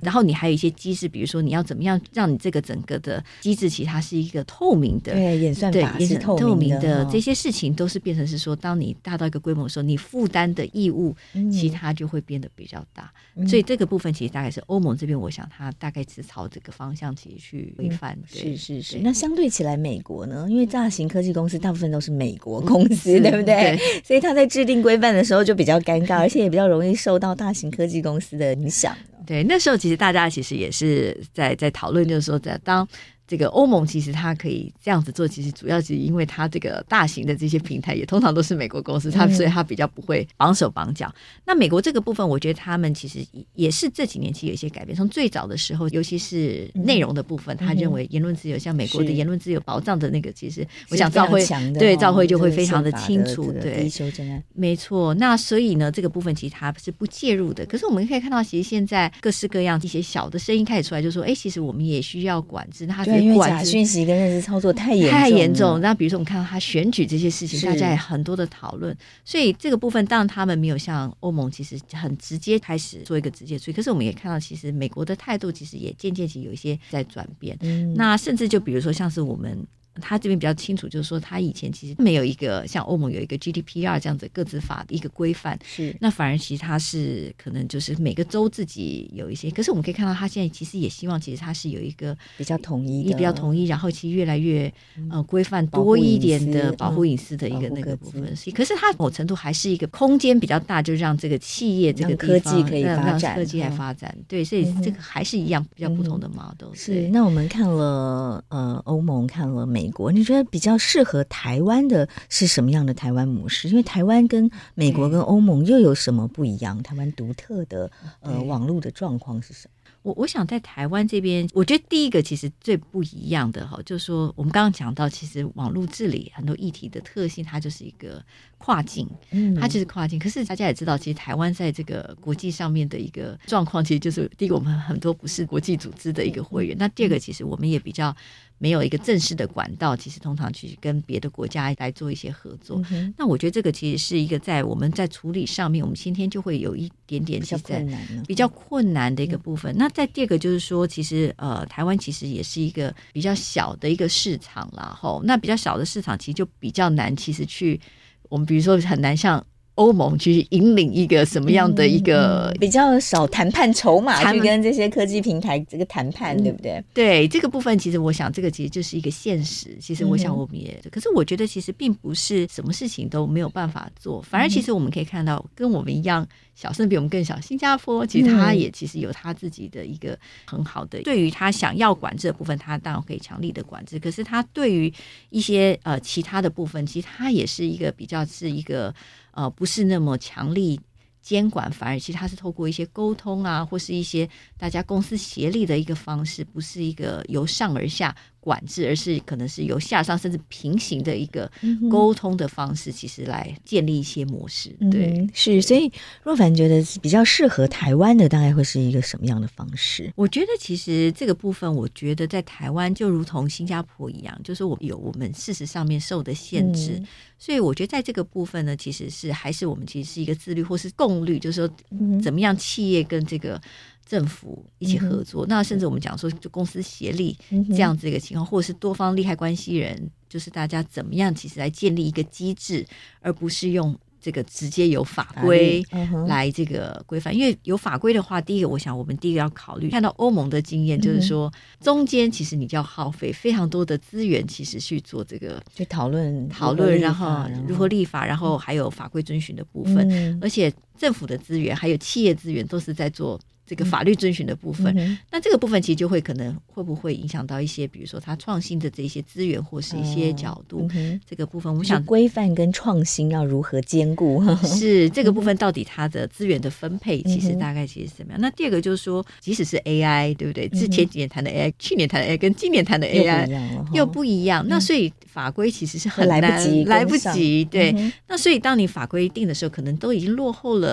然后你还有一些机制，比如说你要怎么样让你这个整个的机制其实它是一个透明的， 对，演算法是透明的， 透明的这些事情都是变成是说，当你大到一个规模的时候，你负担的义务其他就会变得比较大、嗯、所以这个部分其实大概是欧盟这边我想它大概是朝这个方向其实去规范、嗯、 是是是。那相对起来美国呢，因为大型科技公司大部分都是美国公司、嗯、对不对？对，所以它在制定规范的时候就比较尴尬，而且也比较容易受到大型科技公司的影响。 对，那时候其实大家其实也是在在讨论，就是说在当这个欧盟其实它可以这样子做，其实主要是因为它这个大型的这些平台也通常都是美国公司，它所以它比较不会绑手绑脚、嗯、那美国这个部分我觉得他们其实也是这几年其实有一些改变，从最早的时候尤其是内容的部分、嗯、他认为言论自由、嗯、像美国的言论自由保障的那个其实我想赵辉对赵辉就会非常的清楚，对，没错。那所以呢这个部分其实它是不介入的，可是我们可以看到其实现在各式各样一些小的声音开始出来，就说哎，其实我们也需要管制它， 对，因为假讯息跟认知操作太严重太严重。那比如说我们看到他选举这些事情，大家也很多的讨论，所以这个部分当然他们没有像欧盟其实很直接开始做一个直接处理，可是我们也看到其实美国的态度其实也渐渐其实有一些在转变、嗯、那甚至就比如说像是我们他这边比较清楚，就是说他以前其实没有一个像欧盟有一个 G D P R 这样子个资法的一个规范， 是那反而其实他是可能就是每个州自己有一些，可是我们可以看到他现在其实也希望其实他是有一个比较统一的比较统一，然后其实越来越呃规范多一点的保护隐私的一个那个部分、嗯、可是它某程度还是一个空间比较大，就让这个企业这个地方让科技可以发展， 让科技来发展、嗯、对，所以这个还是一样比较不同的 model、嗯、 是。那我们看了呃欧盟看了美国，你觉得比较适合台湾的是什么样的台湾模式？因为台湾跟美国跟欧盟又有什么不一样？台湾独特的呃网络的状况是什么？ 我我想在台湾这边，我觉得第一个其实最不一样的哈，就是说我们刚刚讲到，其实网络治理很多议题的特性，它就是一个跨境，嗯，它就是跨境。可是大家也知道，其实台湾在这个国际上面的一个状况，其实就是第一个我们很多不是国际组织的一个会员，那第二个其实我们也比较没有一个正式的管道，其实通常去跟别的国家来做一些合作、嗯、那我觉得这个其实是一个在我们在处理上面，我们今天就会有一点点比较困难比较困难的一个部分、嗯、那再第二个就是说其实呃台湾其实也是一个比较小的一个市场啦齁，那比较小的市场其实就比较难，其实去我们比如说很难像欧盟去引领一个什么样的一个、嗯、 比较少谈判筹码去跟这些科技平台这个谈判、嗯、对不对？ 对，这个部分其实我想这个其实就是一个现实，其实我想我们也、嗯、可是我觉得其实并不是什么事情都没有办法做，反而其实我们可以看到跟我们一样小，甚至比我们更小，新加坡其实他也其实有他自己的一个很好的、嗯、对于他想要管制的部分他当然可以强力的管制，可是他对于一些呃其他的部分其实他也是一个比较是一个呃不是那么强力监管，反而其实它是透过一些沟通啊，或是一些大家公司协力的一个方式，不是一个由上而下管制，而是可能是由下上甚至平行的一个沟通的方式，其实来建立一些模式。对， 嗯、是。所以若凡觉得比较适合台湾的，大概会是一个什么样的方式？ 我觉得其实这个部分，我觉得在台湾就如同新加坡一样，就是我们有我们事实上面受的限制。嗯，所以我觉得在这个部分呢，其实是还是我们其实是一个自律或是共律，就是说怎么样企业跟这个政府一起合作、嗯、那甚至我们讲说就公司协力这样子一个情况、嗯、或者是多方利害关系人，就是大家怎么样其实来建立一个机制，而不是用这个直接有法规来这个规范、嗯、因为有法规的话，第一个我想我们第一个要考虑看到欧盟的经验，就是说中间其实你就要耗费非常多的资源，其实去做这个去讨论讨论然后如何立法，然后还有法规遵循的部分、嗯、而且政府的资源还有企业资源都是在做这个法律遵循的部分、嗯、那这个部分其实就会可能会不会影响到一些比如说它创新的这些资源或是一些角度、嗯、这个部分我想规范跟创新要如何兼顾是这个部分到底它的资源的分配其实大概其实是怎么样、嗯、那第二个就是说即使是 A I 对不对，之前几年谈的 A I、嗯、去年谈的 A I 跟今年谈的 A I 又不一样，那所以法规其实是很难来不及来不及对、嗯、那所以当你法规定的时候可能都已经落后了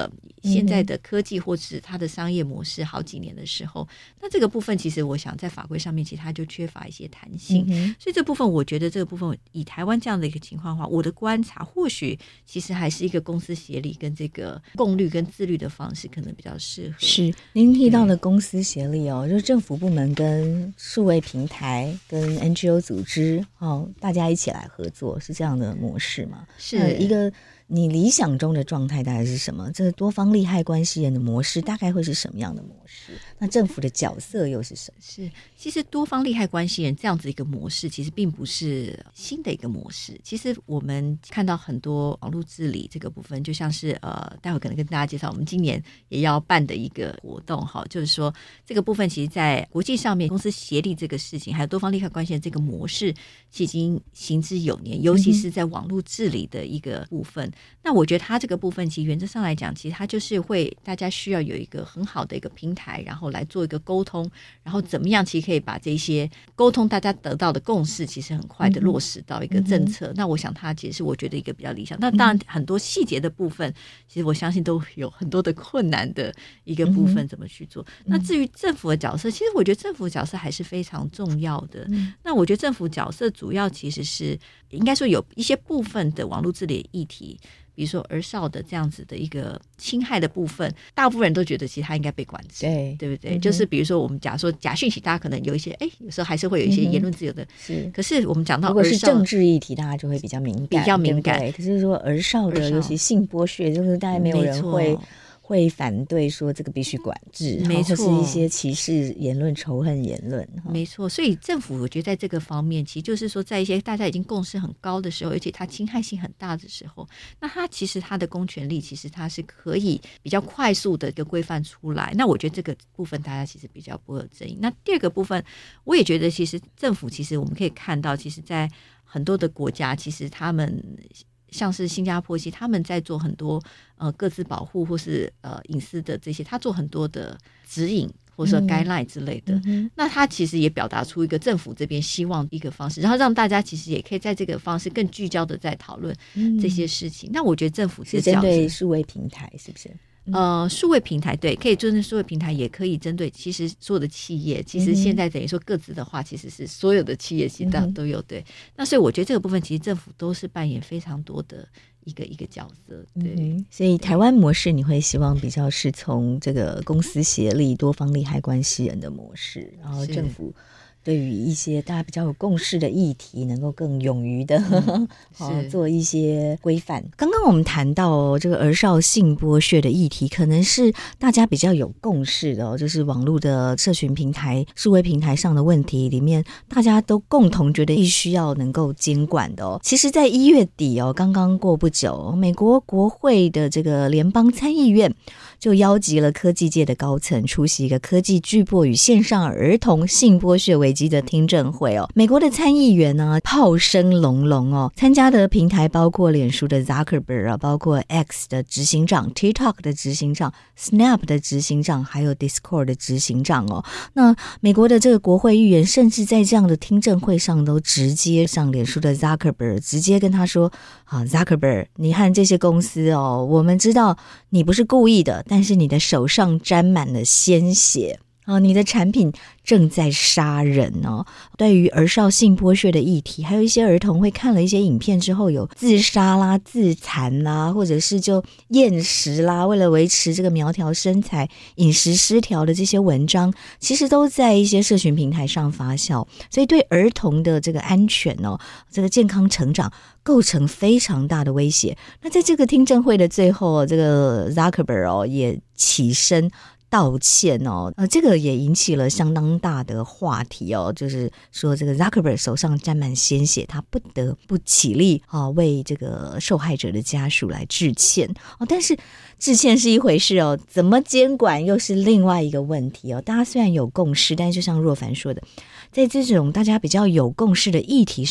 现在的科技或是它的商业模式好几年的时候，那这个部分其实我想在法规上面其实它就缺乏一些弹性、嗯、所以这部分我觉得这个部分以台湾这样的一个情况的话，我的观察或许其实还是一个公司协力跟这个共律跟自律的方式可能比较适合。 是您提到的公司协力哦，就是政府部门跟数位平台跟 N G O 组织哦，大家一起来合作，是这样的模式吗？ 是一个你理想中的状态大概是什么？这个多方利害关系人的模式大概会是什么样的模式？那政府的角色又是什么？ 是，其实多方利害关系人这样子一个模式其实并不是新的一个模式。其实我们看到很多网络治理这个部分，就像是呃，待会可能跟大家介绍我们今年也要办的一个活动哈，就是说这个部分其实在国际上面公司协力这个事情还有多方利害关系人这个模式其实已经行之有年，尤其是在网络治理的一个部分、嗯、那我觉得它这个部分其实原则上来讲，其实它就是会大家需要有一个很好的一个平台，然后来做一个沟通，然后怎么样其实可以把这些沟通大家得到的共识其实很快的落实到一个政策、嗯、那我想它其实是我觉得一个比较理想。那当然很多细节的部分其实我相信都有很多的困难的一个部分怎么去做、嗯、那至于政府的角色，其实我觉得政府的角色还是非常重要的、嗯、那我觉得政府角色主要其实是应该说有一些部分的网络治理的议题，比如说儿少的这样子的一个侵害的部分，大部分人都觉得其实他应该被管制，对对不对、嗯、就是比如说我们假如说假讯息，大家可能有一些哎，有时候还是会有一些言论自由的、嗯、是，可是我们讲到儿少，如果是政治议题大家就会比较敏感， 比较敏感， 对，可是说儿少的尤其性剥削，就是大概没有人会会反对说这个必须管制， 没错， 或是一些歧视言论、仇恨言论， 没错。所以政府我觉得在这个方面，其实就是说，在一些大家已经共识很高的时候，而且它侵害性很大的时候，那它其实它的公权力其实它是可以比较快速的一个规范出来。那我觉得这个部分大家其实比较不会有争议。那第二个部分，我也觉得其实政府其实我们可以看到，其实在很多的国家，其实他们。像是新加坡，其实他们在做很多呃个资保护或是呃隐私的这些，他做很多的指引或者说 guideline 之类的、嗯、那他其实也表达出一个政府这边希望一个方式，然后让大家其实也可以在这个方式更聚焦的在讨论这些事情、嗯、那我觉得政府是针对数位平台是不是？ 呃，数位平台对，可以针对数位平台，也可以针对其实所有的企业。其实现在等于说各自的话，其实是所有的企业其实都有、嗯、对。那所以我觉得这个部分其实政府都是扮演非常多的一个一个角色。对、 嗯，所以台湾模式你会希望比较是从这个公司协力、多方利害关系人的模式，然后政府。对于一些大家比较有共识的议题能够更勇于的、嗯哦、做一些规范。刚刚我们谈到、哦、这个儿少性剥削的议题可能是大家比较有共识的、哦、就是网络的社群平台数位平台上的问题里面大家都共同觉得必须要能够监管的哦。其实在一月底哦，刚刚过不久，美国国会的这个联邦参议院就邀集了科技界的高层出席一个科技巨擘与线上儿童性剥削危机的听证会哦。美国的参议员呢炮声隆隆哦，参加的平台包括脸书的 Zuckerberg 啊，包括 X 的执行长、TikTok 的执行长、Snap 的执行长，还有 Discord 的执行长哦。那美国的这个国会议员甚至在这样的听证会上都直接上脸书的 Zuckerberg 直接跟他说啊 Zuckerberg 你和这些公司哦，我们知道你不是故意的，但是你的手上沾满了鲜血哦，你的产品正在杀人哦。对于儿少性剥削的议题，还有一些儿童会看了一些影片之后有自杀啦、自残啦，或者是就厌食啦，为了维持这个苗条身材、饮食失调的这些文章，其实都在一些社群平台上发酵，所以对儿童的这个安全哦、这个健康成长构成非常大的威胁。那在这个听证会的最后，这个 Zuckerberg 哦也起身道歉哦，呃，这个也引起了相当大的话题哦，就是说这个 Zuckerberg 手上沾满鲜血，他不得不起立啊、哦，为这个受害者的家属来致歉哦。但是致歉是一回事哦，怎么监管又是另外一个问题哦。大家虽然有共识，但是就像若凡说的，在这种大家比较有共识的议题上，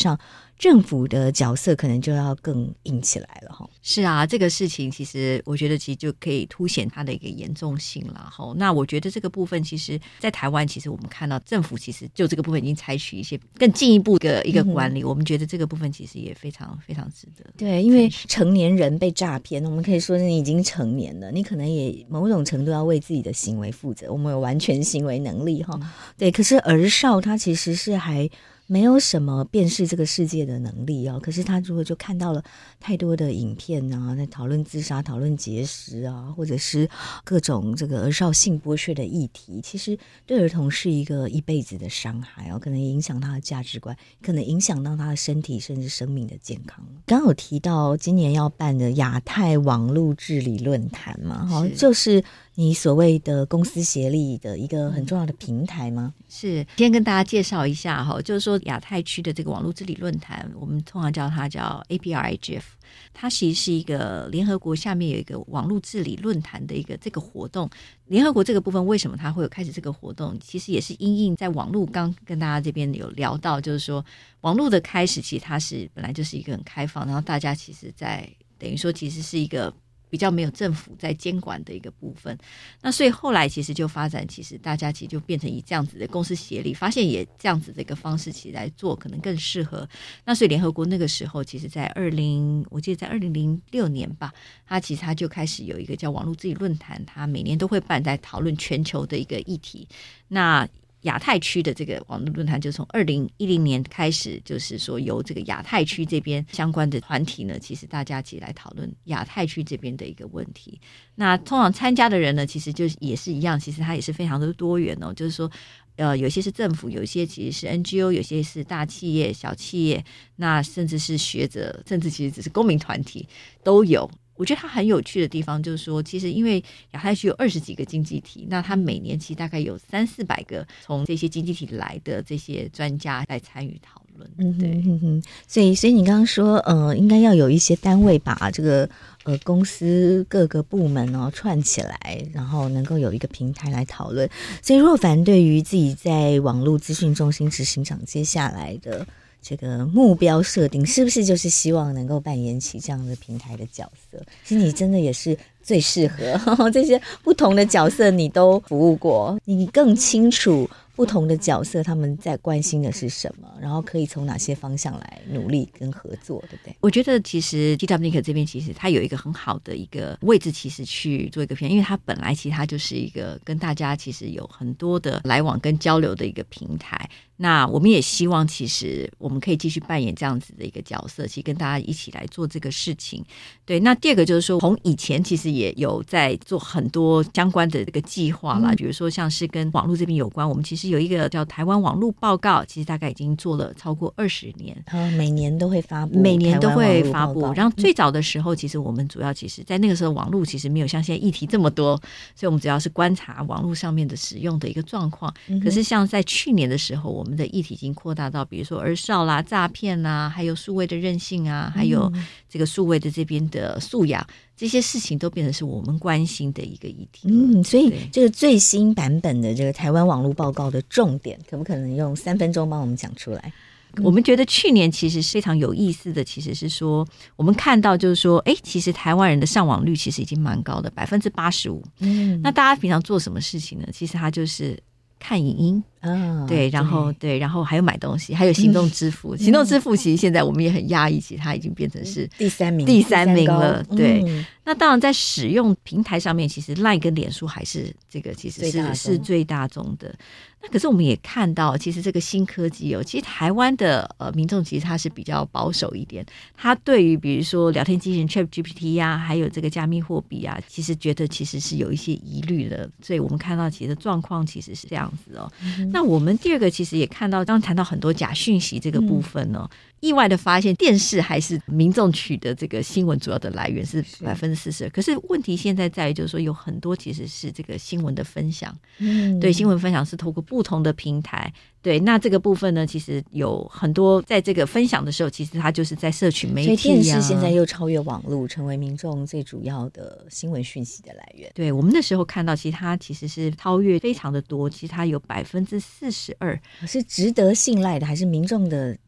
政府的角色可能就要更硬起来了哈。 是啊，这个事情其实我觉得其实就可以凸显它的一个严重性了哈。那我觉得这个部分其实在台湾，其实我们看到政府其实就这个部分已经采取一些更进一步的一个管理、嗯、我们觉得这个部分其实也非常非常值得。 对，因为成年人被诈骗，我们可以说你已经成年了，你可能也某种程度要为自己的行为负责，我们有完全行为能力哈、嗯。对，可是儿少他其实是还没有什么辨识这个世界的能力哦，可是他如果就看到了太多的影片啊，在讨论自杀、讨论节食啊，或者是各种这个儿少性剥削的议题，其实对儿童是一个一辈子的伤害哦，可能影响他的价值观，可能影响到他的身体甚至生命的健康。刚刚有提到今年要办的亚太网络治理论坛嘛，哈，就是你所谓的公私协力的一个很重要的平台吗？ 是，今天跟大家介绍一下哈，就是说亚太区的这个网络治理论坛，我们通常叫它叫 A P R I G F， 它其实是一个联合国下面有一个网络治理论坛的一个这个活动。联合国这个部分为什么它会有开始这个活动，其实也是因应在网络，刚跟大家这边有聊到，就是说网络的开始其实它是本来就是一个很开放，然后大家其实在等于说其实是一个比较没有政府在监管的一个部分，那所以后来其实就发展，其实大家其实就变成以这样子的公司协力，发现也这样子的一个方式其实来做可能更适合。那所以联合国那个时候其实在二零我记得在二零零六年吧，它其实它就开始有一个叫网络治理论坛，它每年都会办，在讨论全球的一个议题。那亚太区的这个网络论坛就从二零一零年开始，就是说由这个亚太区这边相关的团体呢，其实大家一起来讨论亚太区这边的一个问题。那通常参加的人呢，其实就也是一样，其实它也是非常的多元哦，就是说呃，有些是政府，有些其实是 N G O， 有些是大企业、小企业，那甚至是学者，甚至其实只是公民团体都有。我觉得它很有趣的地方就是说，其实因为亚太区有二十几个经济体，那它每年其实大概有三四百个从这些经济体来的这些专家来参与讨论。 嗯哼哼哼，所以所以你刚刚说呃，应该要有一些单位把这个呃公司各个部门哦串起来，然后能够有一个平台来讨论。所以若凡对于自己在网络资讯中心执行长接下来的这个目标设定，是不是就是希望能够扮演起这样的平台的角色？其实你真的也是最适合呵呵这些不同的角色，你都服务过，你更清楚不同的角色他们在关心的是什么，然后可以从哪些方向来努力跟合作，对不对？ 我觉得其实 T W Link 这边其实它有一个很好的一个位置，其实去做一个平台，因为它本来其实它就是一个跟大家其实有很多的来往跟交流的一个平台。那我们也希望其实我们可以继续扮演这样子的一个角色，其实跟大家一起来做这个事情。对，那第二个就是说，从以前其实也有在做很多相关的这个计划啦、嗯、比如说像是跟网络这边有关，我们其实有一个叫台湾网络报告，其实大概已经做了超过二十年、 哦、每年都会发布， 每年都会发布。然后最早的时候其实我们主要其实在那个时候网络其实没有像现在议题这么多，所以我们主要是观察网络上面的使用的一个状况、嗯、可是像在去年的时候，我们的议题已经扩大到比如说儿少啦、诈骗啦，还有数位的韧性啊，还有这个数位的这边的素养，这些事情都变成是我们关心的一个议题。 嗯，所以这个最新版本的这个台湾网络报告的重点，可不可能用三分钟帮我们讲出来？ 我们觉得去年其实非常有意思的，其实是说我们看到就是说，哎，其实台湾人的上网率其实已经蛮高的，百分之八十五。嗯，那大家平常做什么事情呢？其实他就是看影音。哦、对，然后 对, 对，然后还有买东西，还有行动支付、嗯、行动支付其实现在我们也很压抑，其实它已经变成是第三名第三名了。对、 嗯， 那当然在使用平台上面，其实 LINE 跟脸书还是这个其实是是最大宗的。那可是我们也看到，其实这个新科技哦，其实台湾的呃民众其实他是比较保守一点，他对于比如说聊天机器人 ChatGPT 啊，还有这个加密货币啊，其实觉得其实是有一些疑虑的。所以我们看到其实状况其实是这样子哦。嗯，那我们第二个其实也看到，刚刚谈到很多假讯息这个部分呢、哦嗯，意外的发现电视还是民众取得这个新闻主要的来源是百分之四十二。可是问题现在在于，就是说有很多其实是这个新闻的分享，嗯，对，新闻分享是透过不同的平台。对，那这个部分呢，其实有很多在这个分享的时候，其实它就是在社群媒体、啊、 所以电视现在又超越网络，成为民众最主要的新闻讯息的来源。 对，我们那时候看到，其实它其实是超越非常的多，其实它有百分之四十二， 是值得信赖的，还是民众的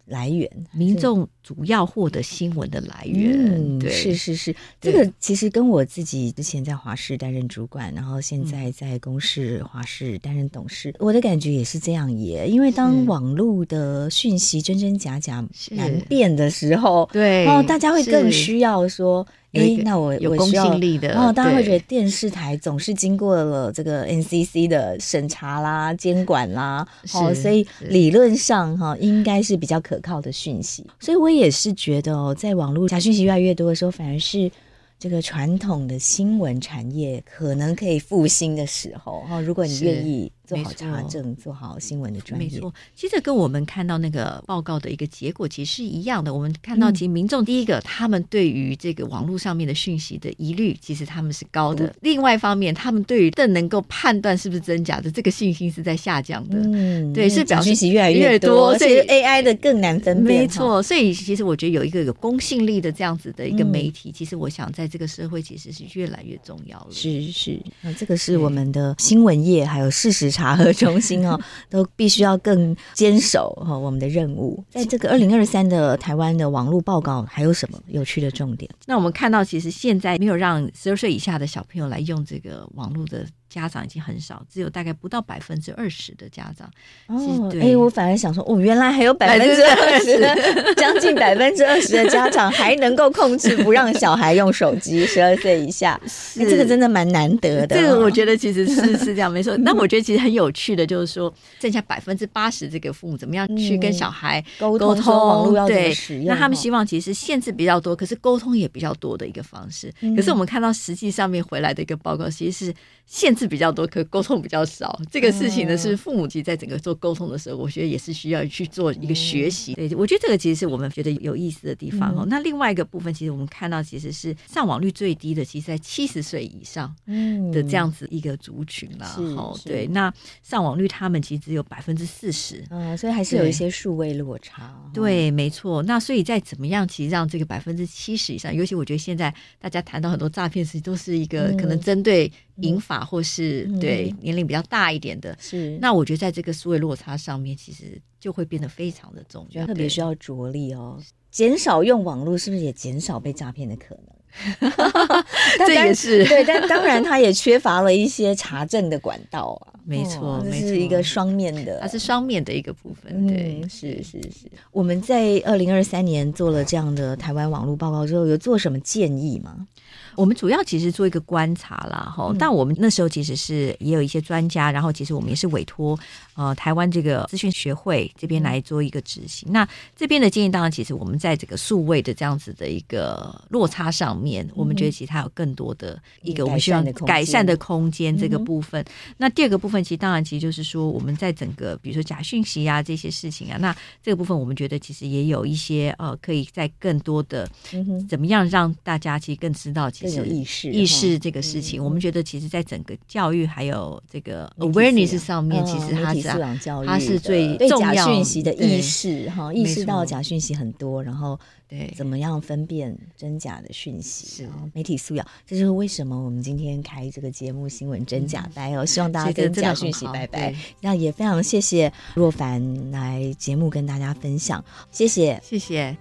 来源， 民众主要获得新闻的来源。 嗯， 对， 是是是，这个其实跟我自己之前在华视担任主管，然后现在在公视华视担任董事，我的感觉也是这样耶。因为当网络的讯息真真假假难辨的时候， 对， 哦，大家会更需要说，哎，那我有公信力的， 然后大家会觉得电视台总是经过了这个 N C C 的审查啦、监管啦，哦，所以理论上哈、哦、应该是比较可靠的讯息。所以我也是觉得哦，在网络假讯息越来越多的时候，反而是这个传统的新闻产业可能可以复兴的时候哈、哦。如果你愿意做好查证，做好新闻的专业， 没错。其实跟我们看到那个报告的一个结果其实是一样的。我们看到，其实民众第一个，他们对于这个网络上面的讯息的疑虑，其实他们是高的。嗯、另外一方面，他们对于更能够判断是不是真假的这个信心是在下降的。嗯，对，是表示讯息越来越多，所以 A I 的更难分辨。 没错，所以其实我觉得有一个有公信力的这样子的一个媒体，嗯、其实我想在这个社会其实是越来越重要了。 是是，那这个是我们的新闻业还有事实查核中心。哦、都必须要更坚守、哦、我们的任务。在这个二零二三的台湾的网络报告还有什么有趣的重点？ 那我们看到其实现在没有让十二岁以下的小朋友来用这个网络的家长已经很少，只有大概不到百分之二十的家长。 哦，哎，我反而想说，哦，原来还有百分之二十，将近百分之二十的家长还能够控制不让小孩用手机。十二岁以下，哎，这个真的蛮难得的。 这个我觉得其实是是这样，没错。那我觉得其实很有趣的，就是说，剩下百分之八十这个父母怎么样去跟小孩沟通， 嗯、网络要怎么使用？ 那他们希望其实限制比较多，可是沟通也比较多的一个方式。嗯、可是我们看到实际上面回来的一个报告，其实是限制比较多，可沟通比较少。这个事情呢，是父母其实在整个做沟通的时候，我觉得也是需要去做一个学习。对，我觉得这个其实是我们觉得有意思的地方。嗯、那另外一个部分，其实我们看到其实是上网率最低的，其实在七十岁以上的这样子一个族群啦。哦，对，那上网率他们其实只有百分之四十， 嗯，所以还是有一些数位落差。 对，没错。那所以在怎么样，其实让这个百分之七十以上，尤其我觉得现在大家谈到很多诈骗事情，都是一个可能针对银发或是、嗯、对年龄比较大一点的。 是， 那我觉得在这个数位落差上面，其实就会变得非常的重要， 特别需要着力哦。减少用网络，是不是也减少被诈骗的可能？ 这也是对，但当然它也缺乏了一些查证的管道啊。 没错， 这是一个双面的， 它是双面的一个部分。对， 嗯、是是是。我们在二零二三年做了这样的台湾网络报告之后，有做什么建议吗？ 我们主要其实做一个观察啦，嗯、但我们那时候其实是也有一些专家，然后其实我们也是委托呃台湾这个资讯学会这边来做一个执行。嗯、那这边的建议当然，其实我们在这个数位的这样子的一个落差上面，嗯、我们觉得其实它有更多的一个我们需要改善的空间这个部分。嗯、那第二个部分，其实当然其实就是说我们在整个比如说假讯息啊这些事情啊，那这个部分我们觉得其实也有一些呃可以在更多的怎么样让大家其实更知道。 更有意识意识这个事情，嗯、我们觉得其实在整个教育还有这个 awareness 上面，其实它是、 嗯、 它是最重要对假讯息的意识哈，意识到假讯息很多，然后对怎么样分辨真假的讯息，是媒体素养，这就是为什么我们今天开这个节目新闻真假掰哦，嗯、希望大家跟假讯息拜拜。那也非常谢谢若凡来节目跟大家分享，谢谢谢谢。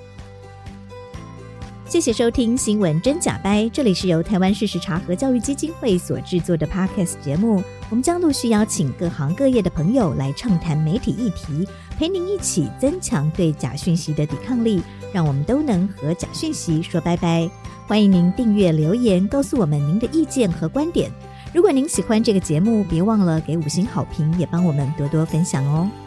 谢谢收听新闻真假掰，这里是由台湾事实查核教育基金会所制作的 Podcast 节目，我们将陆续邀请各行各业的朋友来畅谈媒体议题，陪您一起增强对假讯息的抵抗力，让我们都能和假讯息说拜拜。欢迎您订阅留言告诉我们您的意见和观点，如果您喜欢这个节目，别忘了给五星好评，也帮我们多多分享哦。